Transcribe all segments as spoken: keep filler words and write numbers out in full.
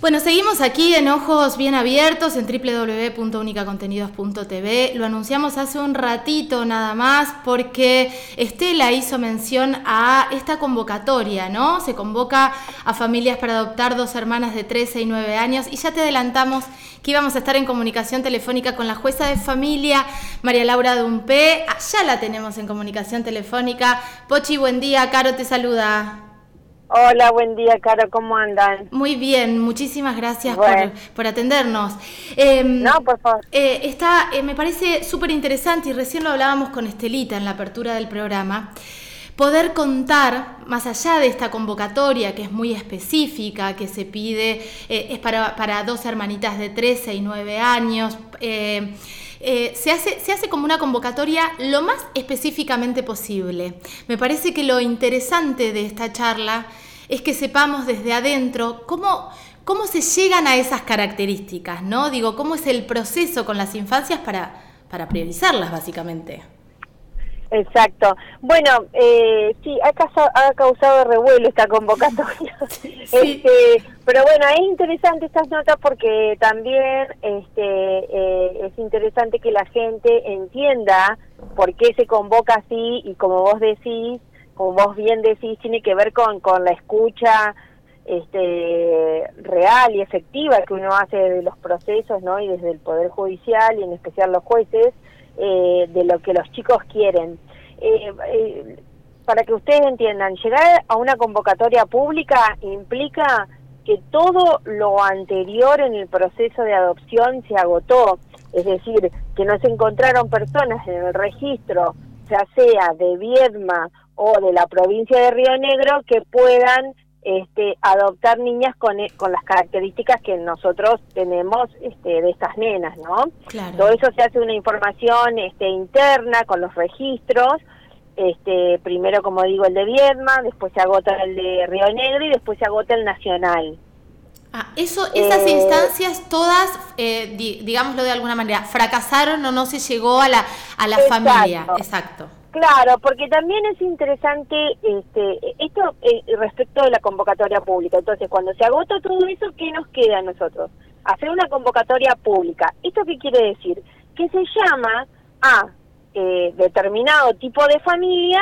Bueno, seguimos aquí en Ojos Bien Abiertos en doble u doble u doble u punto única contenidos punto t v. Lo anunciamos hace un ratito nada más porque Estela hizo mención a esta convocatoria, ¿no? Se convoca a familias para adoptar dos hermanas de trece y nueve años y ya te adelantamos que íbamos a estar en comunicación telefónica con la jueza de familia, María Laura Dumpé. Ya la tenemos en comunicación telefónica. Pochi, buen día. Caro te saluda. Hola, buen día, Caro, ¿cómo andan? Muy bien, muchísimas gracias bueno. por, por atendernos. Eh, no, por favor. Eh, está, eh, me parece súper interesante, y recién lo hablábamos con Estelita en la apertura del programa, poder contar, más allá de esta convocatoria que es muy específica, que se pide, eh, es para, para dos hermanitas de trece y nueve años, eh, Eh, se hace, se hace como una convocatoria lo más específicamente posible. Me parece que lo interesante de esta charla es que sepamos desde adentro cómo, cómo se llegan a esas características, ¿no? Digo, cómo es el proceso con las infancias para, para priorizarlas, básicamente. Exacto. Bueno, eh, sí, ha causado, ha causado revuelo esta convocatoria. Sí. Este, pero bueno, es interesante estas notas porque también este, eh, es interesante que la gente entienda por qué se convoca así y como vos decís, como vos bien decís, tiene que ver con, con la escucha este, real y efectiva que uno hace de los procesos, ¿no? Y desde el Poder Judicial y en especial los jueces, Eh, de lo que los chicos quieren. Eh, eh, para que ustedes entiendan, llegar a una convocatoria pública implica que todo lo anterior en el proceso de adopción se agotó, es decir, que no se encontraron personas en el registro, ya sea de Viedma o de la provincia de Río Negro, que puedan Este, adoptar niñas con, con las características que nosotros tenemos este, de estas nenas, ¿no? Claro. Todo eso se hace una información este, interna con los registros, este, primero, como digo, el de Viedma, después se agota el de Río Negro y después se agota el nacional. Ah, eso, esas eh, instancias todas, eh, di, digámoslo de alguna manera, fracasaron o no se llegó a la, a la exacto. familia. Exacto. Claro, porque también es interesante este, esto eh, respecto de la convocatoria pública. Entonces, cuando se agota todo eso, ¿qué nos queda a nosotros? Hacer una convocatoria pública. ¿Esto qué quiere decir? Que se llama a eh, determinado tipo de familia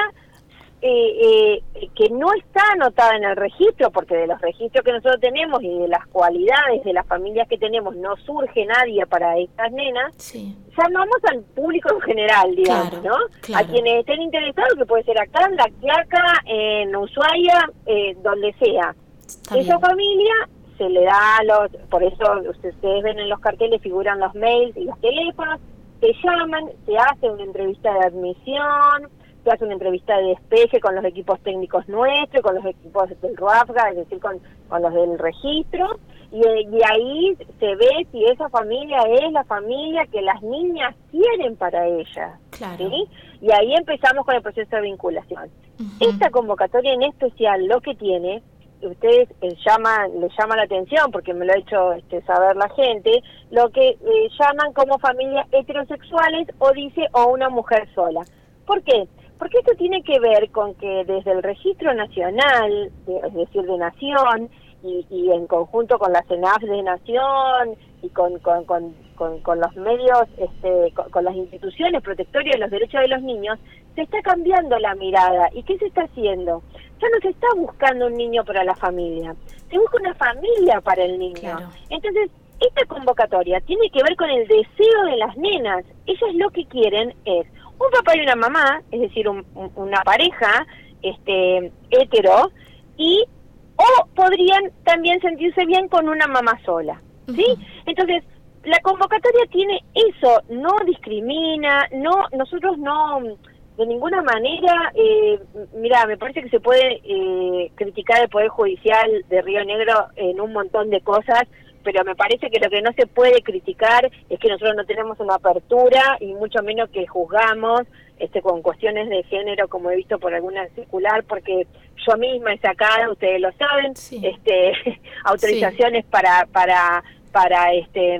eh, eh, que no está anotada en el registro, porque de los registros que nosotros tenemos y de las cualidades de las familias que tenemos no surge nadie para estas nenas. Sí. Llamamos al público en general, digamos, claro, ¿no? Claro. A quienes estén interesados, que puede ser acá, en La Quiaca, en Ushuaia, eh, donde sea. Está Esa bien. familia se le da los, por eso ustedes ven en los carteles, figuran los mails y los teléfonos, se llaman, se hace una entrevista de admisión, se hace una entrevista de despeje con los equipos técnicos nuestros, con los equipos del RUAFGA, es decir, con, con los del registro, y, y ahí se ve si esa familia es la familia que las niñas quieren para ellas. Claro. ¿Sí? Y ahí empezamos con el proceso de vinculación. Uh-huh. Esta convocatoria en especial lo que tiene, ustedes eh, llaman, les llama la atención porque me lo ha hecho este, saber la gente, lo que eh, llaman como familias heterosexuales o dice o una mujer sola. ¿Por qué? Porque esto tiene que ver con que desde el Registro Nacional, de, es decir, de Nación, y, y en conjunto con la CENAF de Nación y con, con, con, con, con los medios, este, con, con las instituciones protectoras de los derechos de los niños, se está cambiando la mirada. ¿Y qué se está haciendo? Ya no se está buscando un niño para la familia, se busca una familia para el niño. Claro. Entonces, esta convocatoria tiene que ver con el deseo de las nenas. Ellas lo que quieren es un papá y una mamá, es decir, un, un, una pareja este, hetero, y o podrían también sentirse bien con una mamá sola, ¿sí? Uh-huh. Entonces, la convocatoria tiene eso, no discrimina, no, nosotros no, de ninguna manera, eh, mira, me parece que se puede eh, criticar el Poder Judicial de Río Negro en un montón de cosas, pero me parece que lo que no se puede criticar es que nosotros no tenemos una apertura y mucho menos que juzgamos este con cuestiones de género, como he visto por alguna circular, porque yo misma he sacado, ustedes lo saben, sí. este autorizaciones sí. para para para este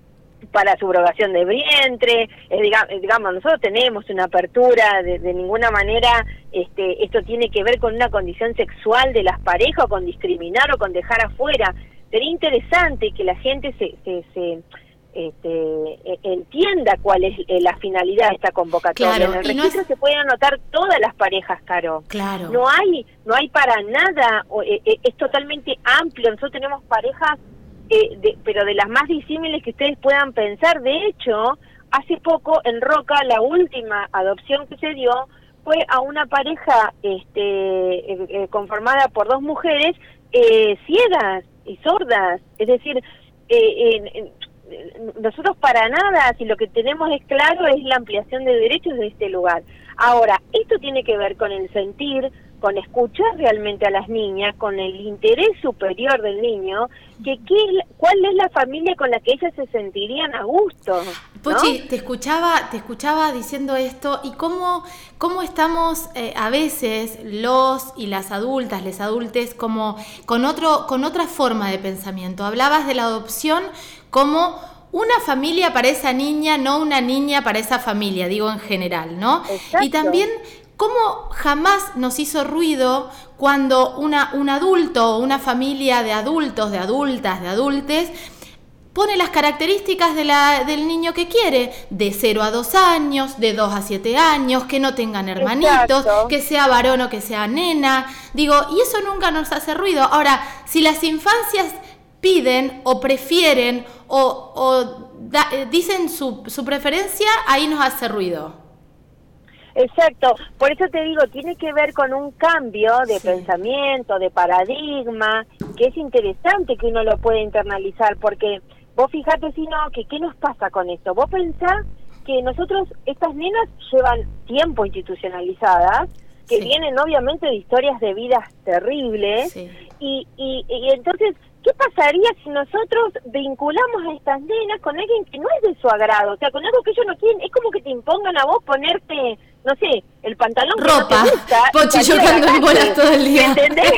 para subrogación de vientre, eh, digamos, digamos, nosotros tenemos una apertura, de, de ninguna manera este esto tiene que ver con una condición sexual de las parejas, o con discriminar o con dejar afuera. sería interesante que la gente se, se, se este, entienda cuál es la finalidad de esta convocatoria. Claro, en el y registro no es... se pueden anotar todas las parejas, Caro. Claro. No hay, no hay para nada, eh, eh, es totalmente amplio. Nosotros tenemos parejas, eh, de, pero de las más disímiles que ustedes puedan pensar. De hecho, hace poco en Roca, la última adopción que se dio fue a una pareja este, eh, eh, conformada por dos mujeres eh, ciegas y sordas. Es decir, eh, en, en, nosotros para nada, si lo que tenemos es claro, es la ampliación de derechos de este lugar. Ahora, esto tiene que ver con el sentir, con escuchar realmente a las niñas, con el interés superior del niño, que qué, cuál es la familia con la que ellas se sentirían a gusto, ¿no? Pochi, te escuchaba, te escuchaba diciendo esto, y cómo, cómo estamos eh, a veces los y las adultas, les adultes, como con otro, con otra forma de pensamiento. Hablabas de la adopción como una familia para esa niña, no una niña para esa familia, digo en general, ¿no? Exacto. Y también cómo jamás nos hizo ruido cuando una, un adulto o una familia de adultos, de adultas, de adultes, pone las características de la, del niño que quiere, de cero a dos años, de dos a siete años, que no tengan hermanitos, Exacto. que sea varón o que sea nena. Digo, y eso nunca nos hace ruido. Ahora, si las infancias piden o prefieren o, o da, dicen su, su preferencia, ahí nos hace ruido. Exacto, por eso te digo, tiene que ver con un cambio de sí. pensamiento, de paradigma, que es interesante que uno lo pueda internalizar, porque vos fijate, si no, que qué nos pasa con esto. Vos pensás que nosotros, estas nenas llevan tiempo institucionalizadas, que sí. vienen obviamente de historias de vidas terribles, sí. y, y, y entonces, ¿qué pasaría si nosotros vinculamos a estas nenas con alguien que no es de su agrado? O sea, con algo que ellos no quieren. Es como que te impongan a vos ponerte, no sé, el pantalón ropa. Que no te gusta. Pochi, yo que ando en bolas todo el día. ¿Entendés?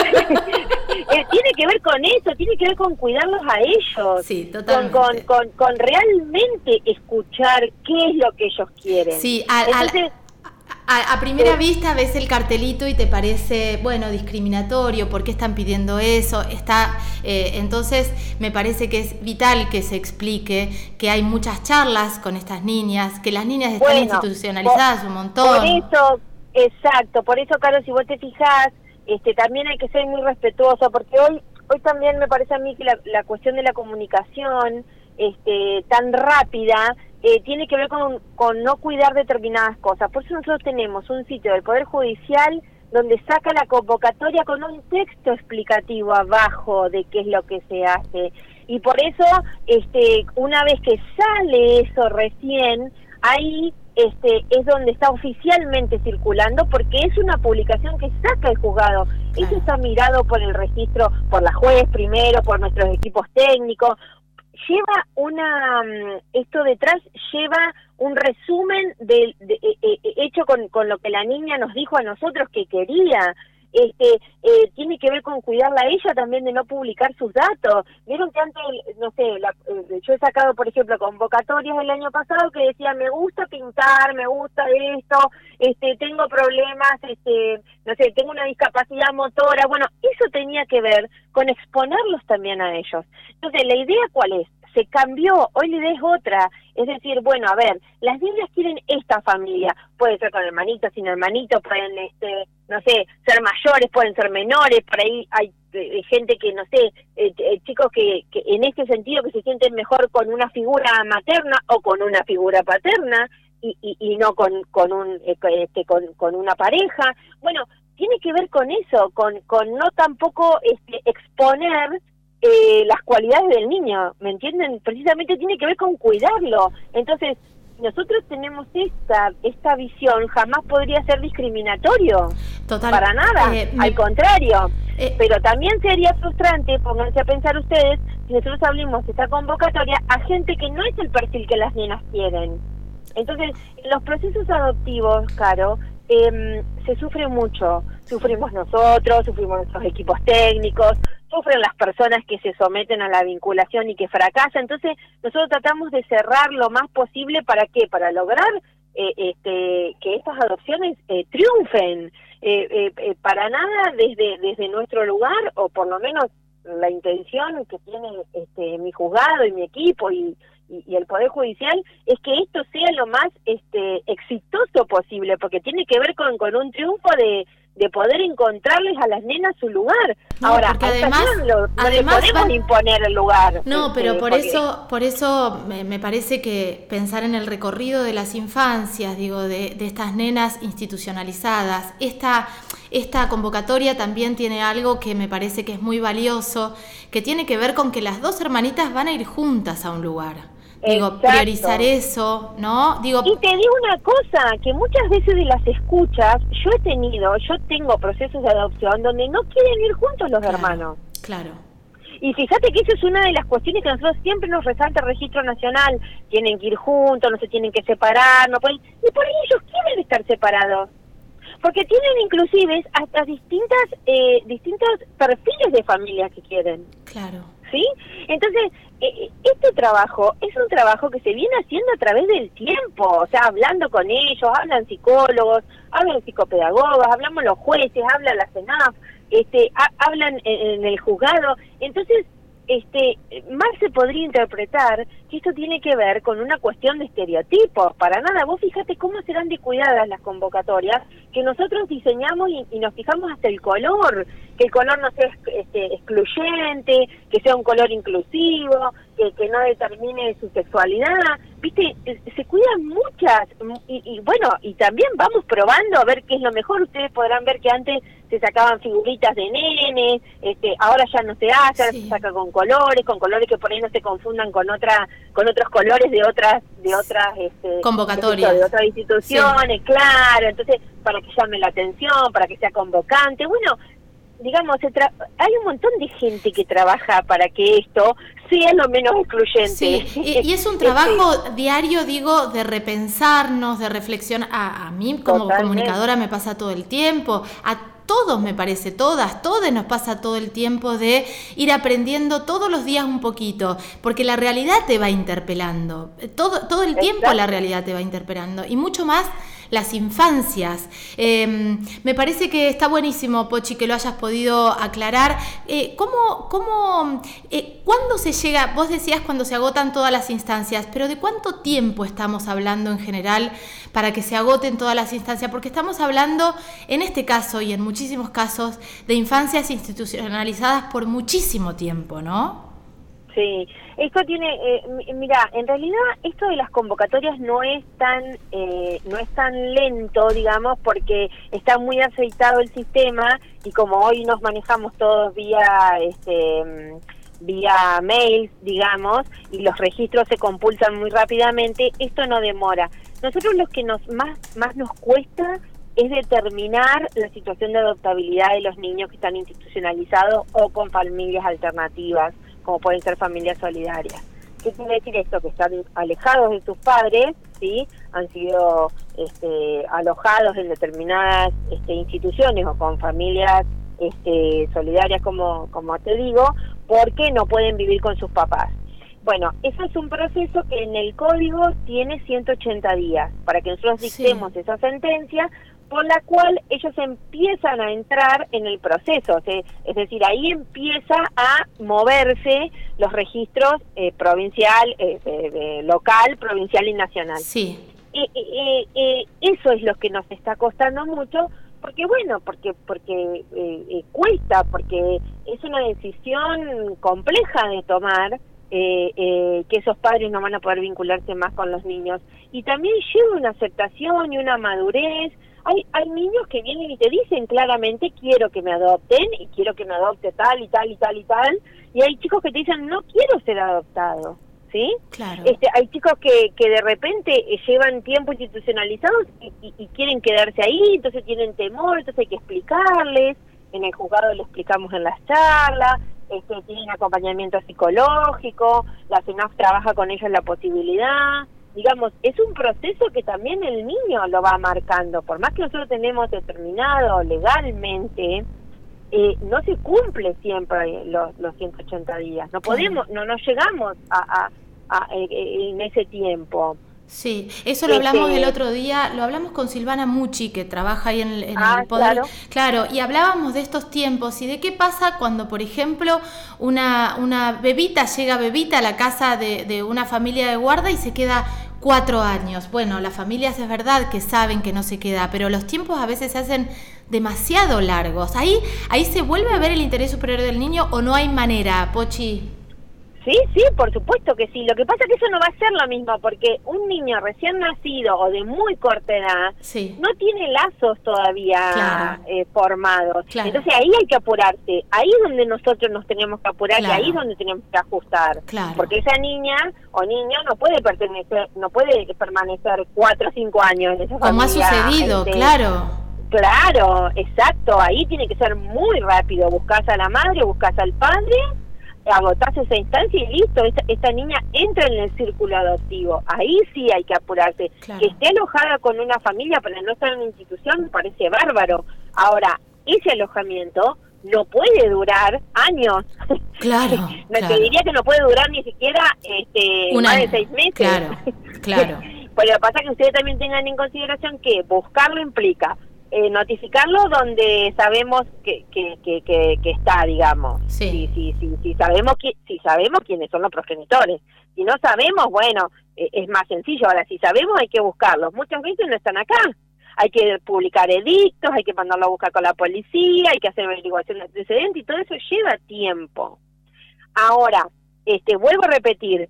eh, tiene que ver con eso, tiene que ver con cuidarlos a ellos. Sí, totalmente. Con, con, con, con realmente escuchar qué es lo que ellos quieren. Sí, a, Entonces, a, A, a primera vista ves el cartelito y te parece, bueno, discriminatorio, ¿por qué están pidiendo eso? Está, eh, entonces me parece que es vital que se explique que hay muchas charlas con estas niñas, que las niñas están bueno, institucionalizadas por, un montón. Por eso, exacto, por eso, Caro, si vos te fijás, este, también hay que ser muy respetuoso, porque hoy hoy también me parece a mí que la, la cuestión de la comunicación este, tan rápida, Eh, tiene que ver con, con no cuidar determinadas cosas. Por eso nosotros tenemos un sitio del Poder Judicial donde saca la convocatoria con un texto explicativo abajo de qué es lo que se hace. Y por eso, este, una vez que sale eso recién, ahí este, es donde está oficialmente circulando, porque es una publicación que saca el juzgado. Claro. Eso está mirado por el registro, por la juez primero, por nuestros equipos técnicos. Lleva una, esto detrás lleva un resumen de, de, de, de hecho con, con lo que la niña nos dijo a nosotros que quería. Este, eh, tiene que ver con cuidarla a ella también de no publicar sus datos. Vieron que antes, no sé, la, eh, yo he sacado, por ejemplo, convocatorias el año pasado que decían, me gusta pintar, me gusta esto, este, tengo problemas, este, no sé, tengo una discapacidad motora. Bueno, eso tenía que ver con exponerlos también a ellos. Entonces, ¿la idea cuál es? Se cambió, hoy la idea es otra, es decir, bueno, a ver, las niñas quieren esta familia, puede ser con hermanito, sin hermanito, pueden, este, no sé, ser mayores, pueden ser menores, por ahí hay eh, gente que, no sé, eh, eh, chicos que, que en este sentido que se sienten mejor con una figura materna o con una figura paterna y, y, y no con, con, un, eh, este, con, con una pareja. Bueno, tiene que ver con eso, con, con no tampoco este, exponer Eh, las cualidades del niño, ¿me entienden? Precisamente tiene que ver con cuidarlo. Entonces, nosotros tenemos esta esta visión, jamás podría ser discriminatorio. Total. Para nada, eh, me... al contrario. Eh... Pero también sería frustrante, pónganse a pensar ustedes, si nosotros abrimos esta convocatoria a gente que no es el perfil que las nenas quieren. Entonces, en los procesos adoptivos, Caro, eh, se sufre mucho. Sufrimos nosotros, sufrimos nuestros equipos técnicos, sufren las personas que se someten a la vinculación y que fracasan. Entonces, nosotros tratamos de cerrar lo más posible, ¿para qué? Para lograr eh, este, que estas adopciones eh, triunfen. Eh, eh, eh, para nada desde, desde nuestro lugar, o por lo menos la intención que tiene este mi juzgado y mi equipo y, y, y el Poder Judicial es que esto sea lo más este exitoso posible, porque tiene que ver con, con un triunfo de, de poder encontrarles a las nenas su lugar. No, Ahora, porque además, lo, no además le podemos van... imponer el lugar. No, este, pero por porque... eso, por eso me, me parece que pensar en el recorrido de las infancias, digo, de, de estas nenas institucionalizadas, esta, esta convocatoria también tiene algo que me parece que es muy valioso, que tiene que ver con que las dos hermanitas van a ir juntas a un lugar. Digo, Exacto. Priorizar eso, ¿no? Digo, y te digo una cosa, que muchas veces de las escuchas, yo he tenido, yo tengo procesos de adopción donde no quieren ir juntos los claro, hermanos. Claro. Y fíjate que eso es una de las cuestiones que nosotros siempre nos resalta el Registro Nacional. Tienen que ir juntos, no se tienen que separar, no pueden... Y por ahí ellos quieren estar separados. Porque tienen inclusive hasta distintas eh, distintos perfiles de familias que quieren. Claro. ¿Sí? Entonces, eh, este trabajo es un trabajo que se viene haciendo a través del tiempo, o sea, hablando con ellos, hablan psicólogos, hablan psicopedagogas, hablamos los jueces, habla la CENAF, este, ha, hablan en, en el juzgado. Entonces, este, mal se podría interpretar que esto tiene que ver con una cuestión de estereotipos. Para nada. Vos fíjate cómo serán descuidadas las convocatorias, que nosotros diseñamos y, y nos fijamos hasta el color, que el color no sea este, excluyente, que sea un color inclusivo, que, que no determine su sexualidad. Viste, se cuidan muchas, y, y bueno, y también vamos probando a ver qué es lo mejor. Ustedes podrán ver que antes se sacaban figuritas de nenes, este, ahora ya no se hace, ahora sí se saca con colores, con colores que por ahí no se confundan con otra, con otros colores de otras, de otras este, convocatorias, de otras instituciones, sí. Claro, entonces para que llame la atención, para que sea convocante, bueno, digamos, se tra- hay un montón de gente que trabaja para que esto sea lo menos excluyente. Sí, y, y es un trabajo sí. diario, digo, de repensarnos, de reflexionar. A, a mí como Totalmente. comunicadora me pasa todo el tiempo, a todos me parece, todas, todos nos pasa todo el tiempo de ir aprendiendo todos los días un poquito, porque la realidad te va interpelando, todo, todo el tiempo Exacto. La realidad te va interpelando, y mucho más las infancias. Eh, me parece que está buenísimo, Pochi, que lo hayas podido aclarar. Eh, ¿Cómo, cómo, eh, cuándo se llega? Vos decías cuando se agotan todas las instancias, pero ¿de cuánto tiempo estamos hablando en general para que se agoten todas las instancias? Porque estamos hablando, en este caso y en muchísimos casos, de infancias institucionalizadas por muchísimo tiempo, ¿no? Sí, esto tiene, eh, mira, en realidad esto de las convocatorias no es tan, eh, no es tan lento, digamos, porque está muy aceitado el sistema y como hoy nos manejamos todos vía, este, vía mails, digamos, y los registros se compulsan muy rápidamente, esto no demora. Nosotros lo que nos más, más nos cuesta es determinar la situación de adoptabilidad de los niños que están institucionalizados o con familias alternativas, como pueden ser familias solidarias. ¿Qué quiere decir esto? Que están alejados de sus padres, ¿sí? Han sido este, alojados en determinadas este, instituciones o con familias este, solidarias, como, como te digo, porque no pueden vivir con sus papás. Bueno, eso es un proceso que en el código tiene ciento ochenta días para que nosotros dictemos sí. esa sentencia, por la cual ellos empiezan a entrar en el proceso, o sea, es decir, ahí empieza a moverse los registros eh, provincial, eh, eh, local, provincial y nacional. Sí. Eh, eh, eh, eso es lo que nos está costando mucho, porque bueno, porque porque eh, eh, cuesta, porque es una decisión compleja de tomar, eh, eh, que esos padres no van a poder vincularse más con los niños, y también lleva una aceptación y una madurez. Hay, hay niños que vienen y te dicen claramente, quiero que me adopten, y quiero que me adopte tal y tal y tal y tal, y hay chicos que te dicen, no quiero ser adoptado, ¿sí? Claro. Este, hay chicos que, que de repente eh, llevan tiempo institucionalizados y, y, y quieren quedarse ahí, entonces tienen temor, entonces hay que explicarles, en el juzgado le explicamos en las charlas, este, tienen acompañamiento psicológico, la CENAF trabaja con ellos la posibilidad. Digamos, es un proceso que también el niño lo va marcando, por más que nosotros tenemos determinado legalmente, eh, no se cumple siempre los, los ciento ochenta días, no podemos, no nos llegamos a, a, a, a en ese tiempo. Sí, eso lo hablamos este, el otro día, lo hablamos con Silvana Mucci, que trabaja ahí en, en ah, el Poder. Claro. claro, y hablábamos de estos tiempos y de qué pasa cuando, por ejemplo, una, una bebita llega bebita a la casa de, de una familia de guarda y se queda cuatro años. Bueno, las familias es verdad que saben que no se queda, pero los tiempos a veces se hacen demasiado largos. Ahí, ahí se vuelve a ver el interés superior del niño o no hay manera, Pochi. Sí, sí, por supuesto que sí. Lo que pasa es que eso no va a ser lo mismo, porque un niño recién nacido o de muy corta edad sí. no tiene lazos todavía claro. eh, formados. Claro. Entonces ahí hay que apurarse. Ahí es donde nosotros nos tenemos que apurar claro. y ahí es donde tenemos que ajustar. Claro. Porque esa niña o niño no puede pertenecer, no puede permanecer cuatro o cinco años en esa Como familia. Como ha sucedido, este, claro. Claro, exacto. Ahí tiene que ser muy rápido. Buscás a la madre, buscás al padre, agotás esa instancia y listo, esta, esta niña entra en el círculo adoptivo. Ahí sí hay que apurarse. Claro. Que esté alojada con una familia para no estar en una institución me parece bárbaro. Ahora, ese alojamiento no puede durar años. Claro. no, claro. Te diría que no puede durar ni siquiera este, más de seis meses. Claro, claro. Pero lo que pasa es que ustedes también tengan en consideración que buscarlo implica Eh, notificarlo donde sabemos que que, que, que, que está, digamos. Sí. Si, si, si, si sabemos que, si sabemos quiénes son los progenitores. Si no sabemos, bueno, eh, es más sencillo. Ahora, si sabemos, hay que buscarlos. Muchas veces no están acá. Hay que publicar edictos, hay que mandarlo a buscar con la policía, hay que hacer averiguación de antecedentes y todo eso lleva tiempo. Ahora, este, vuelvo a repetir,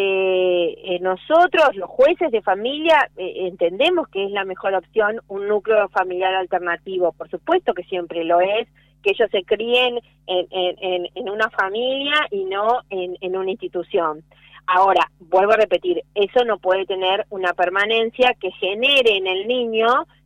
Eh, eh, nosotros, los jueces de familia, eh, entendemos que es la mejor opción un núcleo familiar alternativo. Por supuesto que siempre lo es, que ellos se críen en, en, en una familia y no en, en una institución. Ahora, vuelvo a repetir, eso no puede tener una permanencia que genere en el niño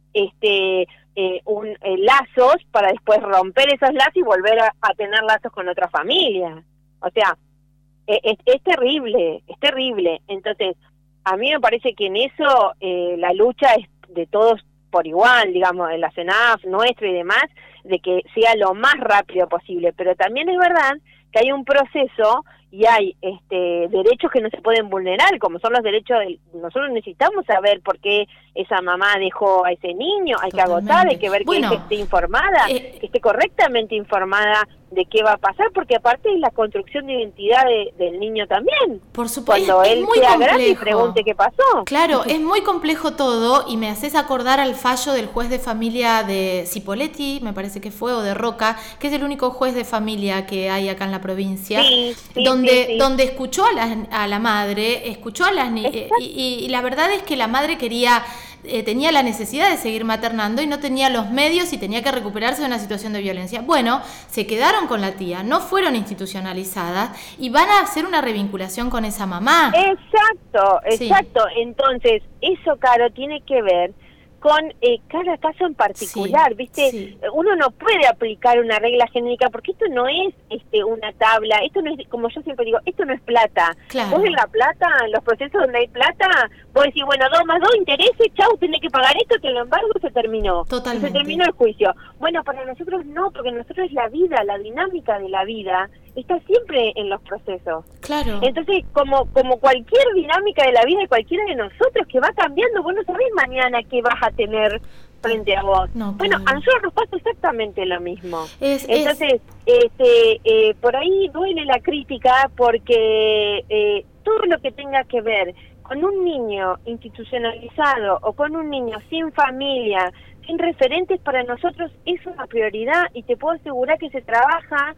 este eh, un eh, lazos para después romper esos lazos y volver a, a tener lazos con otra familia. O sea, Es, es terrible, es terrible. Entonces, a mí me parece que en eso eh, la lucha es de todos por igual, digamos, de la CENAF, nuestra y demás, de que sea lo más rápido posible. Pero también es verdad que hay un proceso y hay este derechos que no se pueden vulnerar, como son los derechos de... Nosotros necesitamos saber por qué esa mamá dejó a ese niño, hay Totalmente. que agotar, hay que ver bueno, que esté informada, eh, que esté correctamente informada de qué va a pasar, porque aparte es la construcción de identidad de, del niño también. Por supuesto, cuando es, él es muy sea complejo. grande y pregunte qué pasó. Claro, es muy complejo todo y me haces acordar al fallo del juez de familia de Cipoletti, me parece que fue, o de Roca, que es el único juez de familia que hay acá en la provincia, sí, sí, donde, sí, sí. donde escuchó a la, a la madre, escuchó a las niñas, y, y, y la verdad es que la madre quería... Eh, tenía la necesidad de seguir maternando y no tenía los medios y tenía que recuperarse de una situación de violencia. Bueno, se quedaron con la tía, no fueron institucionalizadas y van a hacer una revinculación con esa mamá. Exacto, exacto. Sí. Entonces, eso, Caro, tiene que ver con eh, cada caso en particular, sí, ¿viste? Sí. Uno no puede aplicar una regla genérica porque esto no es este una tabla, esto no es, como yo siempre digo, esto no es plata. Claro. Vos en la plata, en los procesos donde hay plata, vos decís, bueno, dos más dos intereses, chau, tenés que pagar esto, te lo embargo, se terminó. Totalmente. Se terminó el juicio. Bueno, para nosotros no, porque nosotros es la vida, la dinámica de la vida está siempre en los procesos. Claro. Entonces, como como cualquier dinámica de la vida de cualquiera de nosotros que va cambiando, vos no sabés mañana qué vas a tener frente a vos. No, bueno, claro. a nosotros nos pasa exactamente lo mismo. Es, Entonces, es... este eh, por ahí duele la crítica porque eh, todo lo que tenga que ver con un niño institucionalizado o con un niño sin familia, sin referentes, para nosotros es una prioridad y te puedo asegurar que se trabaja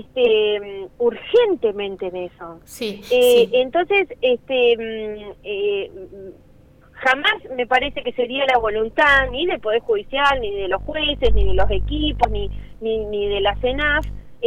este urgentemente en eso. Sí, eh, sí. Entonces, este eh, jamás me parece que sería la voluntad ni del Poder Judicial, ni de los jueces, ni de los equipos, ni ni, ni de la CENAF,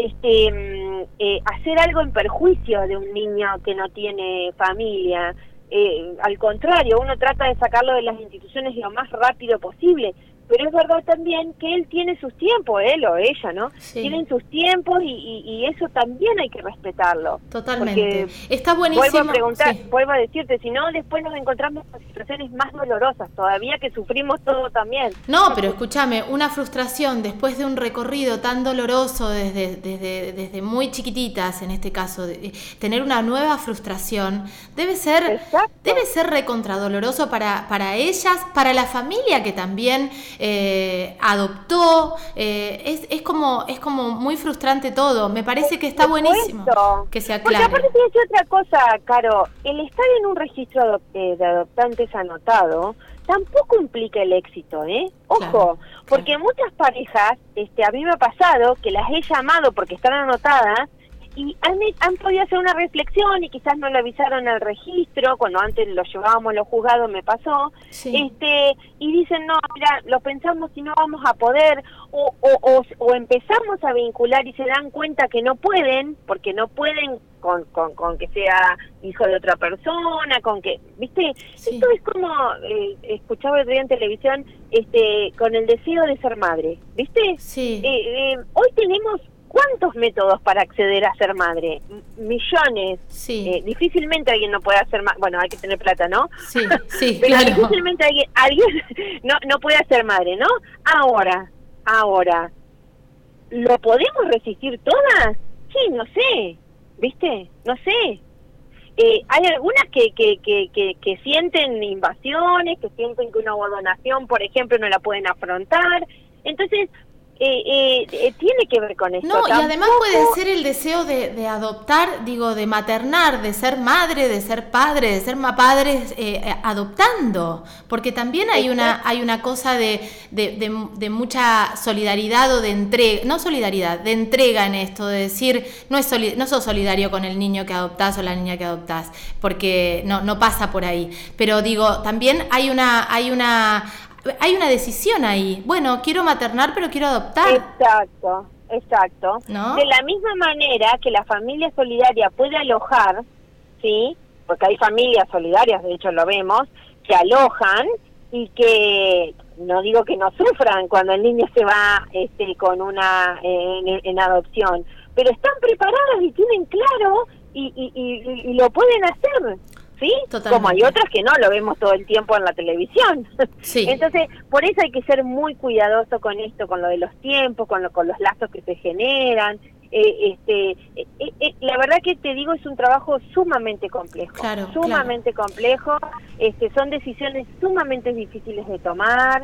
este eh, hacer algo en perjuicio de un niño que no tiene familia. Eh, al contrario, uno trata de sacarlo de las instituciones lo más rápido posible, pero es verdad también que él tiene sus tiempos, él o ella, ¿no? Sí. Tienen sus tiempos y, y, y eso también hay que respetarlo. Totalmente. Está buenísimo. Vuelvo a preguntar, sí. vuelvo a decirte, si no, después nos encontramos con situaciones más dolorosas todavía, que sufrimos todo también. No, pero escúchame, una frustración después de un recorrido tan doloroso desde, desde, desde muy chiquititas, en este caso, de, tener una nueva frustración, debe ser, Exacto. debe ser recontradoloroso para, para ellas, para la familia que también eh, adoptó, eh, es, es como es como muy frustrante todo. Me parece que está buenísimo que se aclare. Porque aparte te decía otra cosa, Caro, el estar en un registro adop eh, de adoptantes anotado tampoco implica el éxito, ¿eh? Ojo, claro, porque claro. muchas parejas, este, a mí me ha pasado que las he llamado porque están anotadas y han, han podido hacer una reflexión y quizás no lo avisaron al registro, cuando antes lo llevábamos a los juzgados me pasó, sí. este y dicen, no, mira, lo pensamos y no vamos a poder, o, o, o, o empezamos a vincular y se dan cuenta que no pueden, porque no pueden con, con, con que sea hijo de otra persona, con que, ¿viste? Sí. Esto es como, eh, escuchaba el otro día en televisión, este con el deseo de ser madre, ¿viste? Sí. Eh, eh, hoy tenemos ¿cuántos métodos para acceder a ser madre? M millones. Sí. Eh, difícilmente alguien no puede hacer madre. Bueno, hay que tener plata, ¿no? Sí, sí, Pero claro. difícilmente alguien, alguien no, no puede hacer madre, ¿no? Ahora, ahora, ¿lo podemos resistir todas? Sí, no sé. ¿Viste? No sé. Eh, hay algunas que, que, que, que, que sienten invasiones, que sienten que una donación, por ejemplo, no la pueden afrontar. Entonces, Eh, eh, eh, tiene que ver con esto. No, Tampoco... y además puede ser el deseo de, de adoptar, digo, de maternar, de ser madre, de ser padre, de ser ma padres eh, adoptando, porque también hay una hay una cosa de, de, de, de mucha solidaridad o de entrega, no solidaridad, de entrega en esto, de decir, no es soli no sos solidario con el niño que adoptás o la niña que adoptás, porque no, no pasa por ahí, pero digo, también hay una, hay una Hay una decisión ahí. Bueno, quiero maternar, pero quiero adoptar. Exacto, exacto. ¿No? De la misma manera que la familia solidaria puede alojar, ¿sí? Porque hay familias solidarias, de hecho lo vemos, que alojan y que, no digo que no sufran cuando el niño se va este, con una en, en adopción, pero están preparadas y tienen claro y, y, y, y lo pueden hacer. ¿Sí? Totalmente. Como hay otras que no, lo vemos todo el tiempo en la televisión. Sí. Entonces, por eso hay que ser muy cuidadoso con esto, con lo de los tiempos, con, lo, con los lazos que se generan. Eh, este, eh, eh, la verdad que te digo, es un trabajo sumamente complejo. Claro, sumamente claro. complejo. Este, son decisiones sumamente difíciles de tomar.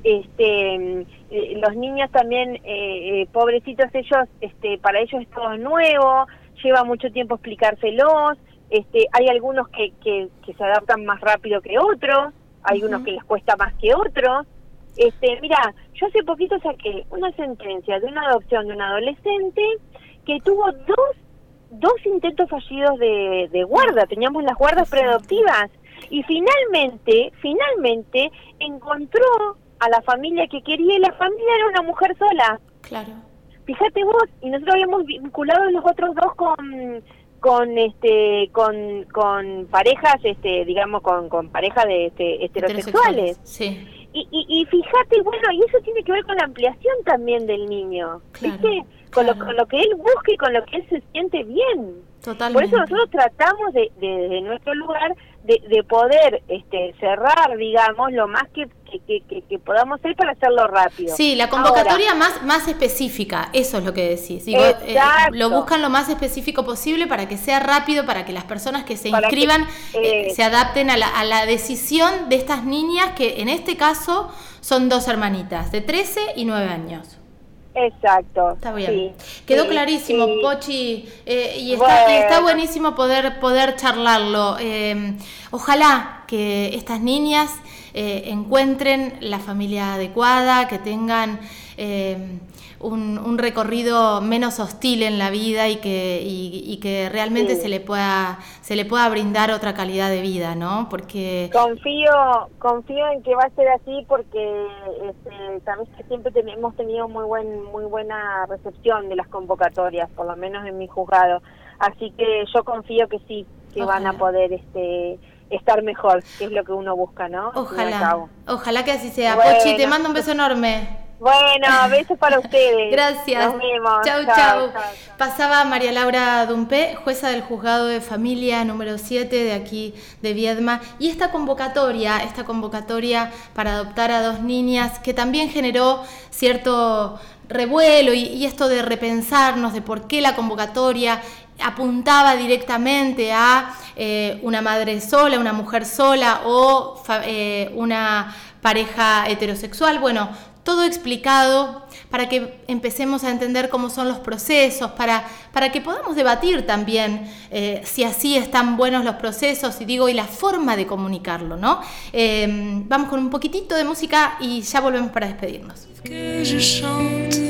Este, eh, los niños también, eh, eh, pobrecitos ellos, este, para ellos es todo nuevo, lleva mucho tiempo explicárselos. Este, hay algunos que, que, que se adaptan más rápido que otros, hay uh-huh. unos que les cuesta más que otros. Este, mira, yo hace poquito saqué una sentencia de una adopción de un adolescente que tuvo dos, dos intentos fallidos de, de guarda, teníamos las guardas preadoptivas, y finalmente, finalmente encontró a la familia que quería, y la familia era una mujer sola. Claro. Fíjate vos, y nosotros habíamos vinculado los otros dos con... con este con con parejas este digamos con con parejas de este, heterosexuales, sí. y, y y fíjate, bueno, y eso tiene que ver con la ampliación también del niño, claro, ¿viste? Con, claro. lo, con lo que él busca y con lo que él se siente bien. Totalmente. Por eso nosotros tratamos de, de, de nuestro lugar de, de poder este cerrar, digamos, lo más que, que, que, que podamos hacer para hacerlo rápido. Sí, la convocatoria Ahora, más, más específica, eso es lo que decís. Digo, eh, lo buscan lo más específico posible para que sea rápido, para que las personas que se inscriban que, eh, eh, se adapten a la, a la decisión de estas niñas, que en este caso son dos hermanitas, de trece y nueve años. Exacto. Está bien. Sí, Quedó sí, clarísimo, sí. Pochi, eh, y, está, bueno. y está buenísimo poder, poder charlarlo. Eh, ojalá que estas niñas eh, encuentren la familia adecuada, que tengan eh, un, un recorrido menos hostil en la vida y que, y, y que realmente sí. se le pueda se le pueda brindar otra calidad de vida, ¿no? Porque confío confío en que va a ser así, porque este, también siempre ten, hemos tenido muy buen muy buena recepción de las convocatorias, por lo menos en mi juzgado, así que yo confío que sí, que Ojalá. van a poder este estar mejor, que es lo que uno busca, ¿no? Ojalá, ojalá que así sea. Bueno. Pochi, te mando un beso enorme. Bueno, besos para ustedes. Gracias. Nos vemos. Chau, chau. chau. Pasaba María Laura Dumpé, jueza del Juzgado de Familia número siete de aquí de Viedma. Y esta convocatoria, esta convocatoria para adoptar a dos niñas, que también generó cierto revuelo y, y esto de repensarnos de por qué la convocatoria apuntaba directamente a eh, una madre sola, una mujer sola o fa, eh, una pareja heterosexual. Bueno, todo explicado para que empecemos a entender cómo son los procesos, para, para que podamos debatir también eh, si así están buenos los procesos, y digo, y la forma de comunicarlo, ¿no? Eh, vamos con un poquitito de música y ya volvemos para despedirnos. Que je chante